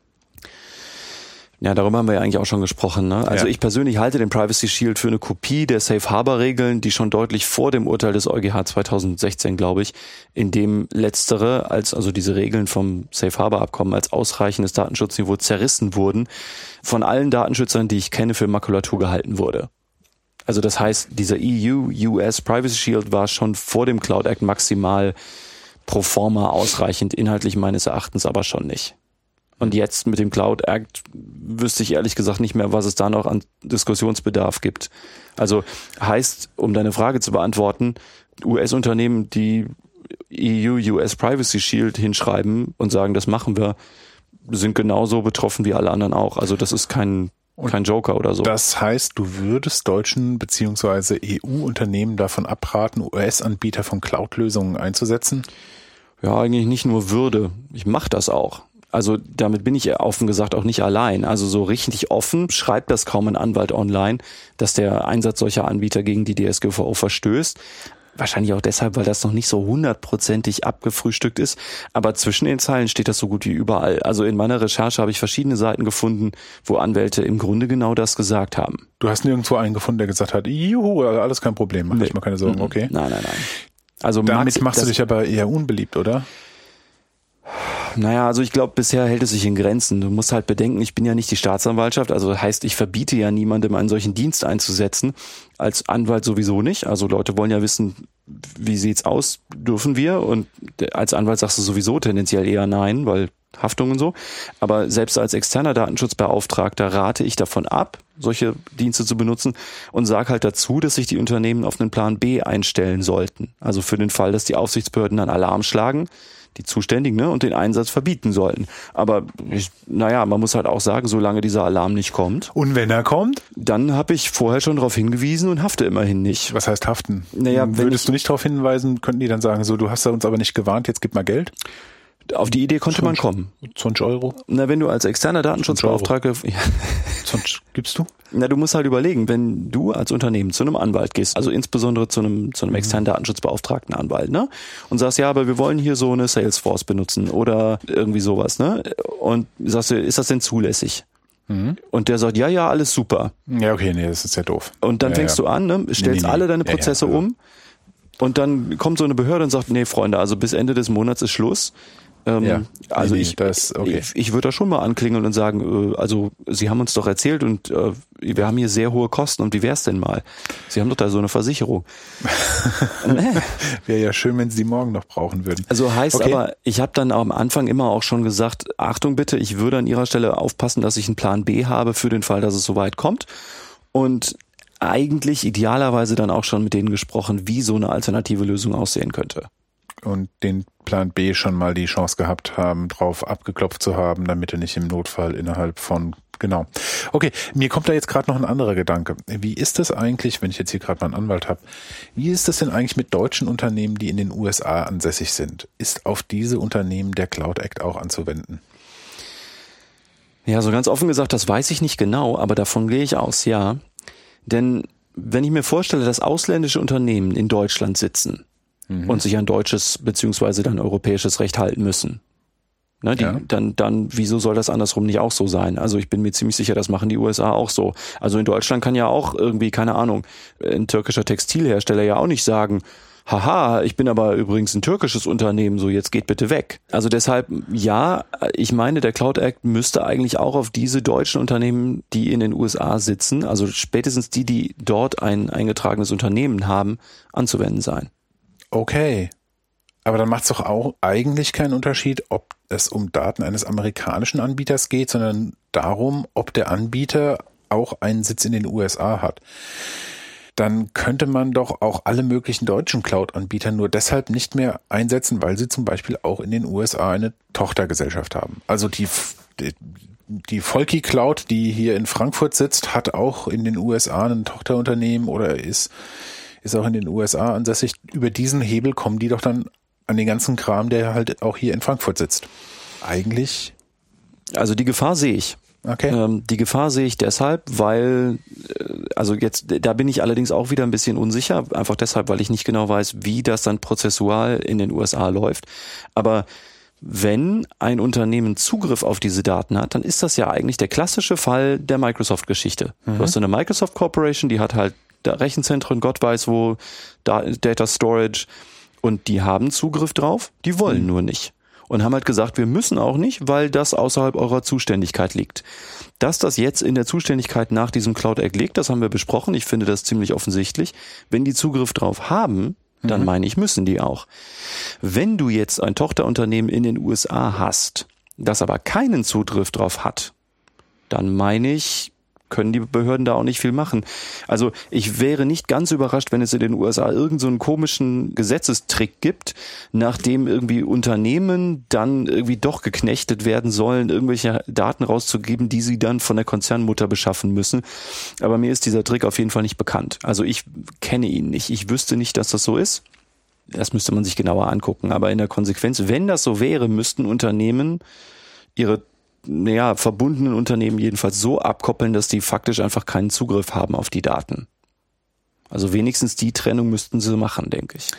Speaker 2: Ja, darüber haben wir ja eigentlich auch schon gesprochen. Ne? Also ja. Ich persönlich halte den Privacy Shield für eine Kopie der Safe Harbor Regeln, die schon deutlich vor dem Urteil des EuGH zweitausendsechzehn, glaube ich, in dem letztere, als also diese Regeln vom Safe Harbor Abkommen als ausreichendes Datenschutzniveau zerrissen wurden, von allen Datenschützern, die ich kenne, für Makulatur gehalten wurde. Also das heißt, dieser E U-U S Privacy Shield war schon vor dem Cloud Act maximal pro forma ausreichend, inhaltlich meines Erachtens aber schon nicht. Und jetzt mit dem Cloud Act wüsste ich ehrlich gesagt nicht mehr, was es da noch an Diskussionsbedarf gibt. Also heißt, um deine Frage zu beantworten, U S-Unternehmen, die E U-U S Privacy Shield hinschreiben und sagen, das machen wir, sind genauso betroffen wie alle anderen auch. Also das ist kein, kein Joker oder so.
Speaker 3: Das heißt, du würdest deutschen bzw. E U-Unternehmen davon abraten, U S-Anbieter von Cloud-Lösungen einzusetzen?
Speaker 2: Ja, eigentlich nicht nur würde. Ich mache das auch. Also damit bin ich offen gesagt auch nicht allein. Also so richtig offen schreibt das kaum ein Anwalt online, dass der Einsatz solcher Anbieter gegen die D S G V O verstößt. Wahrscheinlich auch deshalb, weil das noch nicht so hundertprozentig abgefrühstückt ist. Aber zwischen den Zeilen steht das so gut wie überall. Also in meiner Recherche habe ich verschiedene Seiten gefunden, wo Anwälte im Grunde genau das gesagt haben.
Speaker 3: Du hast nirgendwo einen gefunden, der gesagt hat, juhu, alles kein Problem, mach
Speaker 2: nee.
Speaker 3: ich mal keine Sorgen, okay?
Speaker 2: Nein, nein, nein. Also
Speaker 3: damit
Speaker 2: Max,
Speaker 3: machst du dich aber eher unbeliebt, oder?
Speaker 2: Naja, also ich glaube, bisher hält es sich in Grenzen. Du musst halt bedenken, ich bin ja nicht die Staatsanwaltschaft, also das heißt, ich verbiete ja niemandem, einen solchen Dienst einzusetzen. Als Anwalt sowieso nicht. Also Leute wollen ja wissen, wie sieht's aus, dürfen wir? Und als Anwalt sagst du sowieso tendenziell eher nein, weil Haftung und so. Aber selbst als externer Datenschutzbeauftragter rate ich davon ab, solche Dienste zu benutzen und sage halt dazu, dass sich die Unternehmen auf einen Plan B einstellen sollten. Also für den Fall, dass die Aufsichtsbehörden dann Alarm schlagen, die Zuständigen, ne, und den Einsatz verbieten sollten. Aber ich, naja, man muss halt auch sagen, solange dieser Alarm nicht kommt.
Speaker 3: Und wenn er kommt?
Speaker 2: Dann habe ich vorher schon darauf hingewiesen und hafte immerhin nicht.
Speaker 3: Was heißt haften?
Speaker 2: Naja,
Speaker 3: Würdest
Speaker 2: ich,
Speaker 3: du nicht darauf hinweisen, könnten die dann sagen, so, du hast uns aber nicht gewarnt, jetzt gib mal Geld?
Speaker 2: Auf die Idee konnte man kommen.
Speaker 3: zwanzig Euro?
Speaker 2: Na, wenn du als externer Datenschutzbeauftragter... Ja.
Speaker 3: zwanzig gibst du?
Speaker 2: Na, du musst halt überlegen, wenn du als Unternehmen zu einem Anwalt gehst, also insbesondere zu einem, zu einem externen Datenschutzbeauftragten Anwalt, ne? Und sagst, ja, aber wir wollen hier so eine Salesforce benutzen oder irgendwie sowas, ne? Und sagst du, ist das denn zulässig? Mhm. Und der sagt, ja, ja, alles super.
Speaker 3: Ja, okay, nee, das ist ja doof.
Speaker 2: Und dann
Speaker 3: ja,
Speaker 2: fängst
Speaker 3: ja.
Speaker 2: du an, ne? Stellst
Speaker 3: nee, nee, nee.
Speaker 2: alle deine Prozesse
Speaker 3: ja, ja, also.
Speaker 2: um und dann kommt so eine Behörde und sagt, nee, Freunde, also bis Ende des Monats ist Schluss. Ähm,
Speaker 3: ja,
Speaker 2: also
Speaker 3: nee,
Speaker 2: ich,
Speaker 3: das, okay.
Speaker 2: ich, ich würde da schon mal anklingeln und sagen, äh, also Sie haben uns doch erzählt und äh, wir haben hier sehr hohe Kosten und wie wär's denn mal? Sie haben doch da so eine Versicherung. nee.
Speaker 3: Wäre ja schön, wenn Sie die morgen noch brauchen würden.
Speaker 2: Also heißt
Speaker 3: okay.
Speaker 2: aber, ich habe dann am Anfang immer auch schon gesagt, Achtung bitte, ich würde an Ihrer Stelle aufpassen, dass ich einen Plan B habe für den Fall, dass es soweit kommt und eigentlich idealerweise dann auch schon mit denen gesprochen, wie so eine alternative Lösung aussehen könnte.
Speaker 3: Und den Plan B schon mal die Chance gehabt haben, drauf abgeklopft zu haben, damit er nicht im Notfall innerhalb von, genau. Okay, mir kommt da jetzt gerade noch ein anderer Gedanke. Wie ist das eigentlich, wenn ich jetzt hier gerade mal einen Anwalt habe, wie ist das denn eigentlich mit deutschen Unternehmen, die in den U S A ansässig sind? Ist auf diese Unternehmen der Cloud Act auch anzuwenden?
Speaker 2: Ja, so ganz offen gesagt, das weiß ich nicht genau, aber davon gehe ich aus, ja. Denn wenn ich mir vorstelle, dass ausländische Unternehmen in Deutschland sitzen, Mhm. und sich an deutsches beziehungsweise dann europäisches Recht halten müssen. Ne, die, ja. dann, dann, wieso soll das andersrum nicht auch so sein? Also ich bin mir ziemlich sicher, das machen die U S A auch so. Also in Deutschland kann ja auch irgendwie, keine Ahnung, ein türkischer Textilhersteller ja auch nicht sagen, haha, ich bin aber übrigens ein türkisches Unternehmen, so jetzt geht bitte weg. Also deshalb, ja, ich meine, der Cloud Act müsste eigentlich auch auf diese deutschen Unternehmen, die in den U S A sitzen, also spätestens die, die dort ein eingetragenes Unternehmen haben, anzuwenden sein.
Speaker 3: Okay, aber dann macht es doch auch eigentlich keinen Unterschied, ob es um Daten eines amerikanischen Anbieters geht, sondern darum, ob der Anbieter auch einen Sitz in den U S A hat. Dann könnte man doch auch alle möglichen deutschen Cloud-Anbieter nur deshalb nicht mehr einsetzen, weil sie zum Beispiel auch in den U S A eine Tochtergesellschaft haben. Also die, die, die Volki Cloud, die hier in Frankfurt sitzt, hat auch in den U S A ein Tochterunternehmen oder ist ist auch in den U S A ansässig. Über diesen Hebel kommen die doch dann an den ganzen Kram, der halt auch hier in Frankfurt sitzt. Eigentlich?
Speaker 2: Also die Gefahr sehe ich.
Speaker 3: Okay.
Speaker 2: Ähm, die Gefahr sehe ich deshalb, weil, also jetzt, da bin ich allerdings auch wieder ein bisschen unsicher, einfach deshalb, weil ich nicht genau weiß, wie das dann prozessual in den U S A läuft. Aber wenn ein Unternehmen Zugriff auf diese Daten hat, dann ist das ja eigentlich der klassische Fall der Microsoft-Geschichte. Mhm. Du hast eine Microsoft Corporation, die hat halt Rechenzentren, Gott weiß wo, Data Storage und die haben Zugriff drauf, die wollen mhm. nur nicht. Und haben halt gesagt, wir müssen auch nicht, weil das außerhalb eurer Zuständigkeit liegt. Dass das jetzt in der Zuständigkeit nach diesem Cloud Act liegt, das haben wir besprochen, ich finde das ziemlich offensichtlich. Wenn die Zugriff drauf haben, dann mhm. meine ich, müssen die auch. Wenn du jetzt ein Tochterunternehmen in den U S A hast, das aber keinen Zugriff drauf hat, dann meine ich, können die Behörden da auch nicht viel machen. Also ich wäre nicht ganz überrascht, wenn es in den U S A irgend so einen komischen Gesetzestrick gibt, nachdem irgendwie Unternehmen dann irgendwie doch geknechtet werden sollen, irgendwelche Daten rauszugeben, die sie dann von der Konzernmutter beschaffen müssen. Aber mir ist dieser Trick auf jeden Fall nicht bekannt. Also ich kenne ihn nicht. Ich wüsste nicht, dass das so ist. Das müsste man sich genauer angucken. Aber in der Konsequenz, wenn das so wäre, müssten Unternehmen ihre naja, verbundenen Unternehmen jedenfalls so abkoppeln, dass die faktisch einfach keinen Zugriff haben auf die Daten. Also wenigstens die Trennung müssten sie machen, denke ich.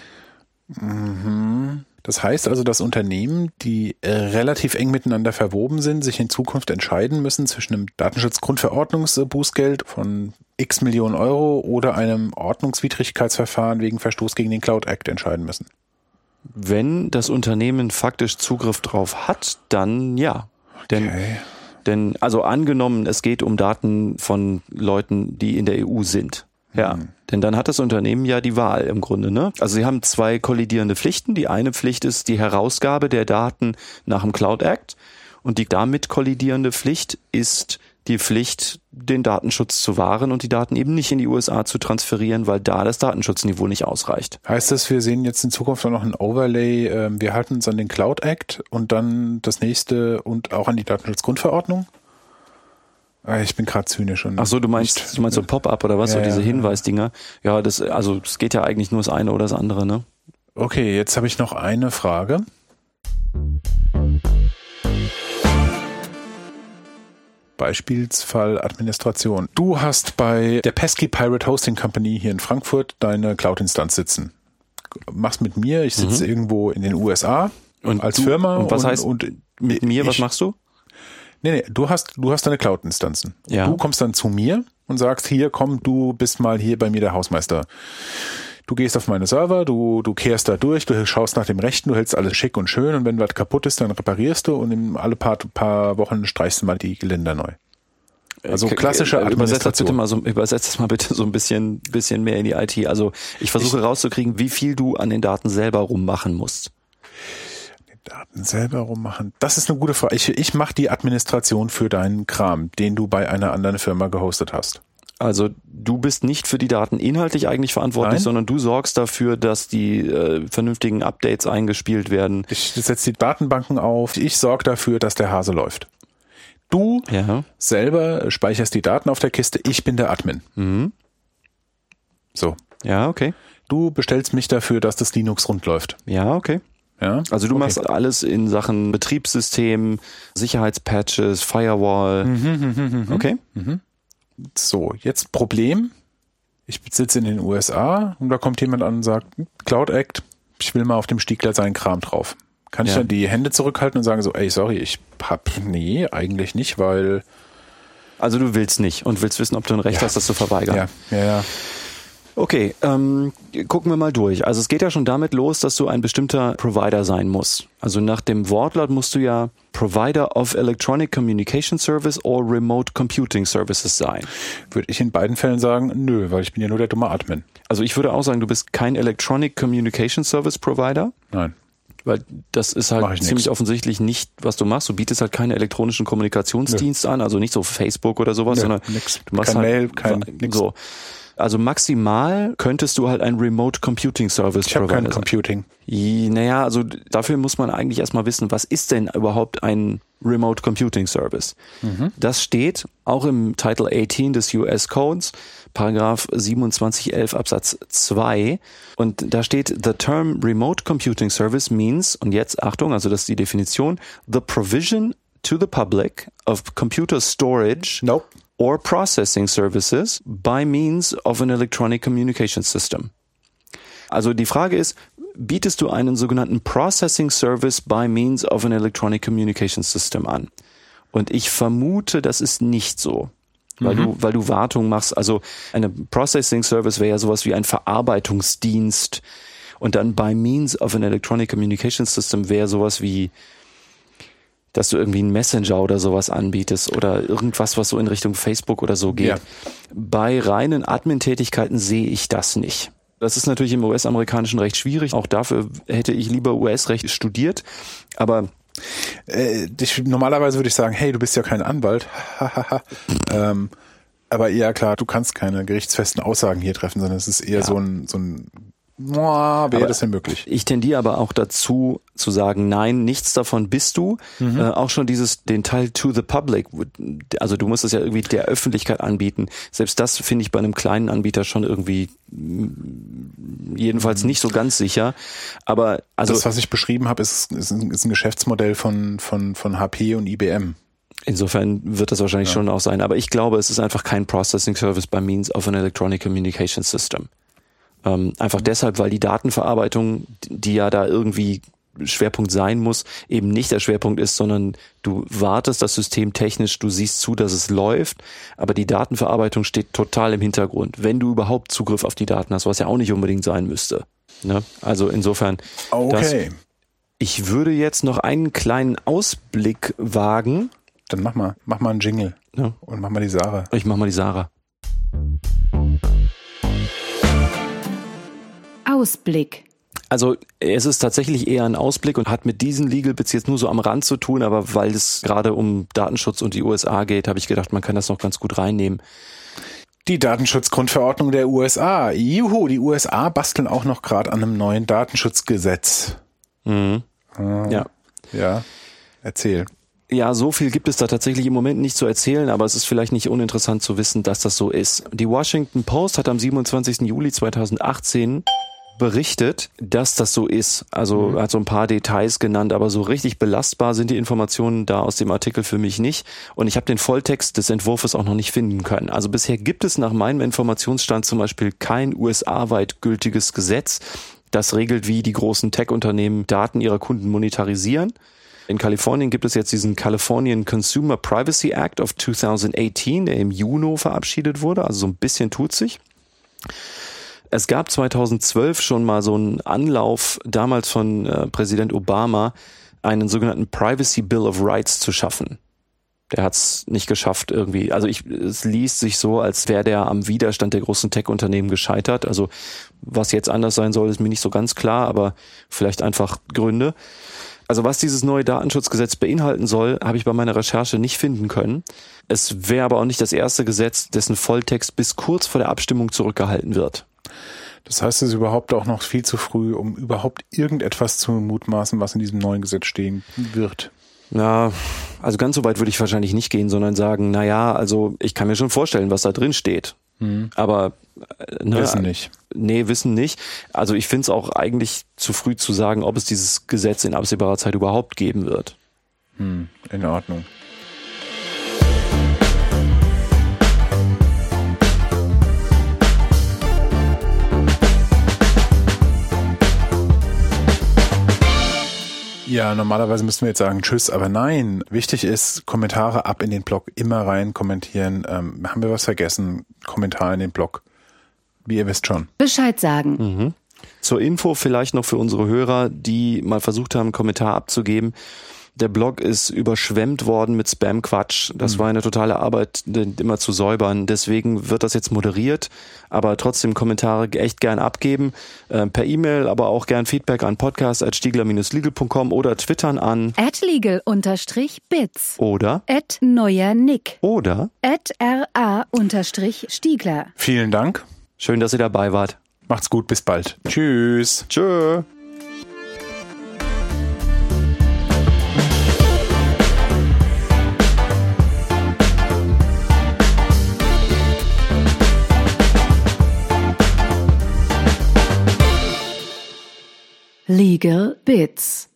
Speaker 3: Mhm. Das heißt also, dass Unternehmen, die relativ eng miteinander verwoben sind, sich in Zukunft entscheiden müssen zwischen einem Datenschutzgrundverordnungsbußgeld von x Millionen Euro oder einem Ordnungswidrigkeitsverfahren wegen Verstoß gegen den Cloud Act entscheiden müssen.
Speaker 2: Wenn das Unternehmen faktisch Zugriff drauf hat, dann ja. Denn,
Speaker 3: okay.
Speaker 2: denn, also angenommen, es geht um Daten von Leuten, die in der E U sind. Ja, mhm. Denn dann hat das Unternehmen ja die Wahl im Grunde, ne? Also sie haben zwei kollidierende Pflichten. Die eine Pflicht ist die Herausgabe der Daten nach dem Cloud Act und die damit kollidierende Pflicht ist die Pflicht, den Datenschutz zu wahren und die Daten eben nicht in die U S A zu transferieren, weil da das Datenschutzniveau nicht ausreicht.
Speaker 3: Heißt das, wir sehen jetzt in Zukunft noch ein Overlay, äh, wir halten uns an den Cloud Act und dann das nächste und auch an die Datenschutzgrundverordnung? Ich bin gerade zynisch. Und
Speaker 2: Ach so, du meinst, nicht, du meinst so Pop-up oder was, ja, so diese ja, Hinweisdinger? Ja, das, also es geht ja eigentlich nur das eine oder das andere, ne?
Speaker 3: Okay, jetzt habe ich noch eine Frage. Beispielsfall Administration. Du hast bei der Pesky Pirate Hosting Company hier in Frankfurt deine Cloud-Instanz sitzen. Machst mit mir, ich sitze mhm. irgendwo in den U S A
Speaker 2: und
Speaker 3: als
Speaker 2: du,
Speaker 3: Firma.
Speaker 2: Und was
Speaker 3: und,
Speaker 2: heißt und mit mir,
Speaker 3: ich,
Speaker 2: was machst du?
Speaker 3: Nee, nee, du hast, du hast deine Cloud-Instanzen.
Speaker 2: Ja.
Speaker 3: Du kommst dann zu mir und sagst, hier, komm, du bist mal hier bei mir der Hausmeister. Du gehst auf meine Server, du, du kehrst da durch, du schaust nach dem Rechten, du hältst alles schick und schön und wenn was kaputt ist, dann reparierst du und in alle paar, paar Wochen streichst du mal die Geländer neu. Also klassische Administration.
Speaker 2: Übersetzt das, bitte mal so, übersetzt das mal bitte so ein bisschen, bisschen mehr in die I T. Also ich versuche ich, rauszukriegen, wie viel du an den Daten selber rummachen musst.
Speaker 3: Daten selber rummachen? Das ist eine gute Frage. Ich, ich mache die Administration für deinen Kram, den du bei einer anderen Firma gehostet hast.
Speaker 2: Also du bist nicht für die Daten inhaltlich eigentlich verantwortlich, Nein. sondern du sorgst dafür, dass die äh, vernünftigen Updates eingespielt werden.
Speaker 3: Ich setze die Datenbanken auf. Ich sorge dafür, dass der Hase läuft. Du ja. selber speicherst die Daten auf der Kiste. Ich bin der Admin.
Speaker 2: Mhm.
Speaker 3: So.
Speaker 2: Ja, okay.
Speaker 3: Du bestellst mich dafür, dass das Linux rund läuft.
Speaker 2: Ja, okay.
Speaker 3: Ja?
Speaker 2: Also du
Speaker 3: okay.
Speaker 2: machst alles in Sachen Betriebssystem, Sicherheitspatches, Firewall.
Speaker 3: Mhm, mh,
Speaker 2: okay.
Speaker 3: Mhm. So, jetzt Problem. Ich sitze in den U S A und da kommt jemand an und sagt, Cloud Act, ich will mal auf dem Stiegler seinen Kram drauf. Kann ich ja. dann die Hände zurückhalten und sagen so, ey, sorry, ich hab, nee, eigentlich nicht, weil...
Speaker 2: Also du willst nicht und willst wissen, ob du ein Recht
Speaker 3: ja.
Speaker 2: hast, das zu verweigern.
Speaker 3: Ja, ja, ja.
Speaker 2: Okay, ähm, gucken wir mal durch. Also es geht ja schon damit los, dass du ein bestimmter Provider sein musst. Also nach dem Wortlaut musst du ja Provider of Electronic Communication Service or Remote Computing Services sein.
Speaker 3: Würde ich in beiden Fällen sagen, nö, weil ich bin ja nur der dumme Admin.
Speaker 2: Also ich würde auch sagen, du bist kein Electronic Communication Service Provider.
Speaker 3: Nein.
Speaker 2: Weil das ist halt ziemlich nix. offensichtlich nicht, was du machst. Du bietest halt keine elektronischen Kommunikationsdienste Nö. an, also nicht so Facebook oder sowas, Nö, sondern
Speaker 3: nix.
Speaker 2: du machst
Speaker 3: kein
Speaker 2: halt
Speaker 3: Mail, kein nix.
Speaker 2: So. Also maximal könntest du halt ein Remote Computing Service
Speaker 3: ich Provider
Speaker 2: sein.
Speaker 3: Ich habe kein Computing.
Speaker 2: Naja, also dafür muss man eigentlich erstmal wissen, was ist denn überhaupt ein Remote Computing Service?
Speaker 3: Mhm.
Speaker 2: Das steht auch im Title achtzehn des U S Codes, Paragraph siebenundzwanzig elf Absatz zwei. Und da steht, the term Remote Computing Service means, und jetzt Achtung, also das ist die Definition, the provision to the public of computer storage
Speaker 3: nope.
Speaker 2: or processing services by means of an electronic communication system. Also die Frage ist, bietest du einen sogenannten Processing Service by means of an electronic communication system an? Und ich vermute, das ist nicht so. Weil mhm. du, weil du Wartung machst, also eine Processing Service wäre ja sowas wie ein Verarbeitungsdienst und dann by means of an electronic communication system wäre sowas wie, dass du irgendwie einen Messenger oder sowas anbietest oder irgendwas, was so in Richtung Facebook oder so geht.
Speaker 3: Ja.
Speaker 2: Bei reinen Admin-Tätigkeiten sehe ich das nicht. Das ist natürlich im U S-amerikanischen Recht schwierig. Auch dafür hätte ich lieber U S-Recht studiert. Aber
Speaker 3: äh, ich, normalerweise würde ich sagen, hey, du bist ja kein Anwalt. ähm, aber ja klar, du kannst keine gerichtsfesten Aussagen hier treffen, sondern es ist eher ja. so ein, so ein Wäre aber das denn möglich?
Speaker 2: Ich tendiere aber auch dazu zu sagen, nein, nichts davon bist du. Mhm. Äh, auch schon dieses, den Teil to the public, also du musst es ja irgendwie der Öffentlichkeit anbieten. Selbst das finde ich bei einem kleinen Anbieter schon irgendwie jedenfalls nicht so ganz sicher. Aber also
Speaker 3: das, was ich beschrieben habe, ist, ist, ein, ist ein Geschäftsmodell von, von, von H P und I B M.
Speaker 2: Insofern wird das wahrscheinlich ja. schon auch sein. Aber ich glaube, es ist einfach kein Processing Service by means of an electronic communication system. Ähm, einfach deshalb, weil die Datenverarbeitung, die ja da irgendwie Schwerpunkt sein muss, eben nicht der Schwerpunkt ist, sondern du wartest das System technisch, du siehst zu, dass es läuft, aber die Datenverarbeitung steht total im Hintergrund, wenn du überhaupt Zugriff auf die Daten hast, was ja auch nicht unbedingt sein müsste. Ne? Also insofern,
Speaker 3: okay.
Speaker 2: das, ich würde jetzt noch einen kleinen Ausblick wagen.
Speaker 3: Dann mach mal, mach mal einen Jingle
Speaker 2: ja.
Speaker 3: und mach mal die Sarah.
Speaker 2: Ich mach mal die Sarah.
Speaker 1: Ausblick.
Speaker 2: Also es ist tatsächlich eher ein Ausblick und hat mit diesen Legal Bits jetzt nur so am Rand zu tun, aber weil es gerade um Datenschutz und die U S A geht, habe ich gedacht, man kann das noch ganz gut reinnehmen.
Speaker 3: Die Datenschutzgrundverordnung der U S A. Juhu, die U S A basteln auch noch gerade an einem neuen Datenschutzgesetz.
Speaker 2: Mhm.
Speaker 3: Äh,
Speaker 2: ja.
Speaker 3: Ja, erzähl.
Speaker 2: Ja, so viel gibt es da tatsächlich im Moment nicht zu erzählen, aber es ist vielleicht nicht uninteressant zu wissen, dass das so ist. Die Washington Post hat am siebenundzwanzigsten Juli zweitausendachtzehn berichtet, dass das so ist. Also mhm. hat so ein paar Details genannt, aber so richtig belastbar sind die Informationen da aus dem Artikel für mich nicht. Und ich habe den Volltext des Entwurfs auch noch nicht finden können. Also bisher gibt es nach meinem Informationsstand zum Beispiel kein U S A-weit gültiges Gesetz, das regelt, wie die großen Tech-Unternehmen Daten ihrer Kunden monetarisieren. In Kalifornien gibt es jetzt diesen Californian Consumer Privacy Act of zweitausendachtzehn, der im Juni verabschiedet wurde, also so ein bisschen tut sich. Es gab zweitausendzwölf schon mal so einen Anlauf, damals von äh, Präsident Obama, einen sogenannten Privacy Bill of Rights zu schaffen. Der hat es nicht geschafft irgendwie. Also ich, es liest sich so, als wäre der am Widerstand der großen Tech-Unternehmen gescheitert. Also was jetzt anders sein soll, ist mir nicht so ganz klar, aber vielleicht einfach Gründe. Also was dieses neue Datenschutzgesetz beinhalten soll, habe ich bei meiner Recherche nicht finden können. Es wäre aber auch nicht das erste Gesetz, dessen Volltext bis kurz vor der Abstimmung zurückgehalten wird.
Speaker 3: Das heißt, es ist überhaupt auch noch viel zu früh, um überhaupt irgendetwas zu mutmaßen, was in diesem neuen Gesetz stehen wird.
Speaker 2: Ja, also ganz so weit würde ich wahrscheinlich nicht gehen, sondern sagen, na ja, also ich kann mir schon vorstellen, was da drin steht. Mhm. Aber
Speaker 3: ne, wissen nicht.
Speaker 2: Nee, wissen nicht. Also ich finde es auch eigentlich zu früh zu sagen, ob es dieses Gesetz in absehbarer Zeit überhaupt geben wird.
Speaker 3: Hm, in Ordnung. Ja, normalerweise müssten wir jetzt sagen Tschüss, aber nein. Wichtig ist, Kommentare ab in den Blog, immer rein kommentieren. Ähm, haben wir was vergessen? Kommentar in den Blog. Wie ihr wisst schon.
Speaker 1: Bescheid sagen.
Speaker 2: Mhm. Zur Info vielleicht noch für unsere Hörer, die mal versucht haben, einen Kommentar abzugeben. Der Blog ist überschwemmt worden mit Spam-Quatsch. Das mhm. war eine totale Arbeit, den immer zu säubern. Deswegen wird das jetzt moderiert, aber trotzdem Kommentare echt gern abgeben. Äh, per E-Mail, aber auch gern Feedback an podcast at stiegler Bindestrich legal punkt com oder twittern an
Speaker 1: at legal unterstrich bits
Speaker 2: oder
Speaker 1: at neuer Nick
Speaker 2: oder
Speaker 1: at ra unterstrich Stiegler.
Speaker 3: Vielen Dank.
Speaker 2: Schön, dass ihr dabei wart.
Speaker 3: Macht's gut, bis bald. Tschüss.
Speaker 2: Tschö.
Speaker 1: Legal Bits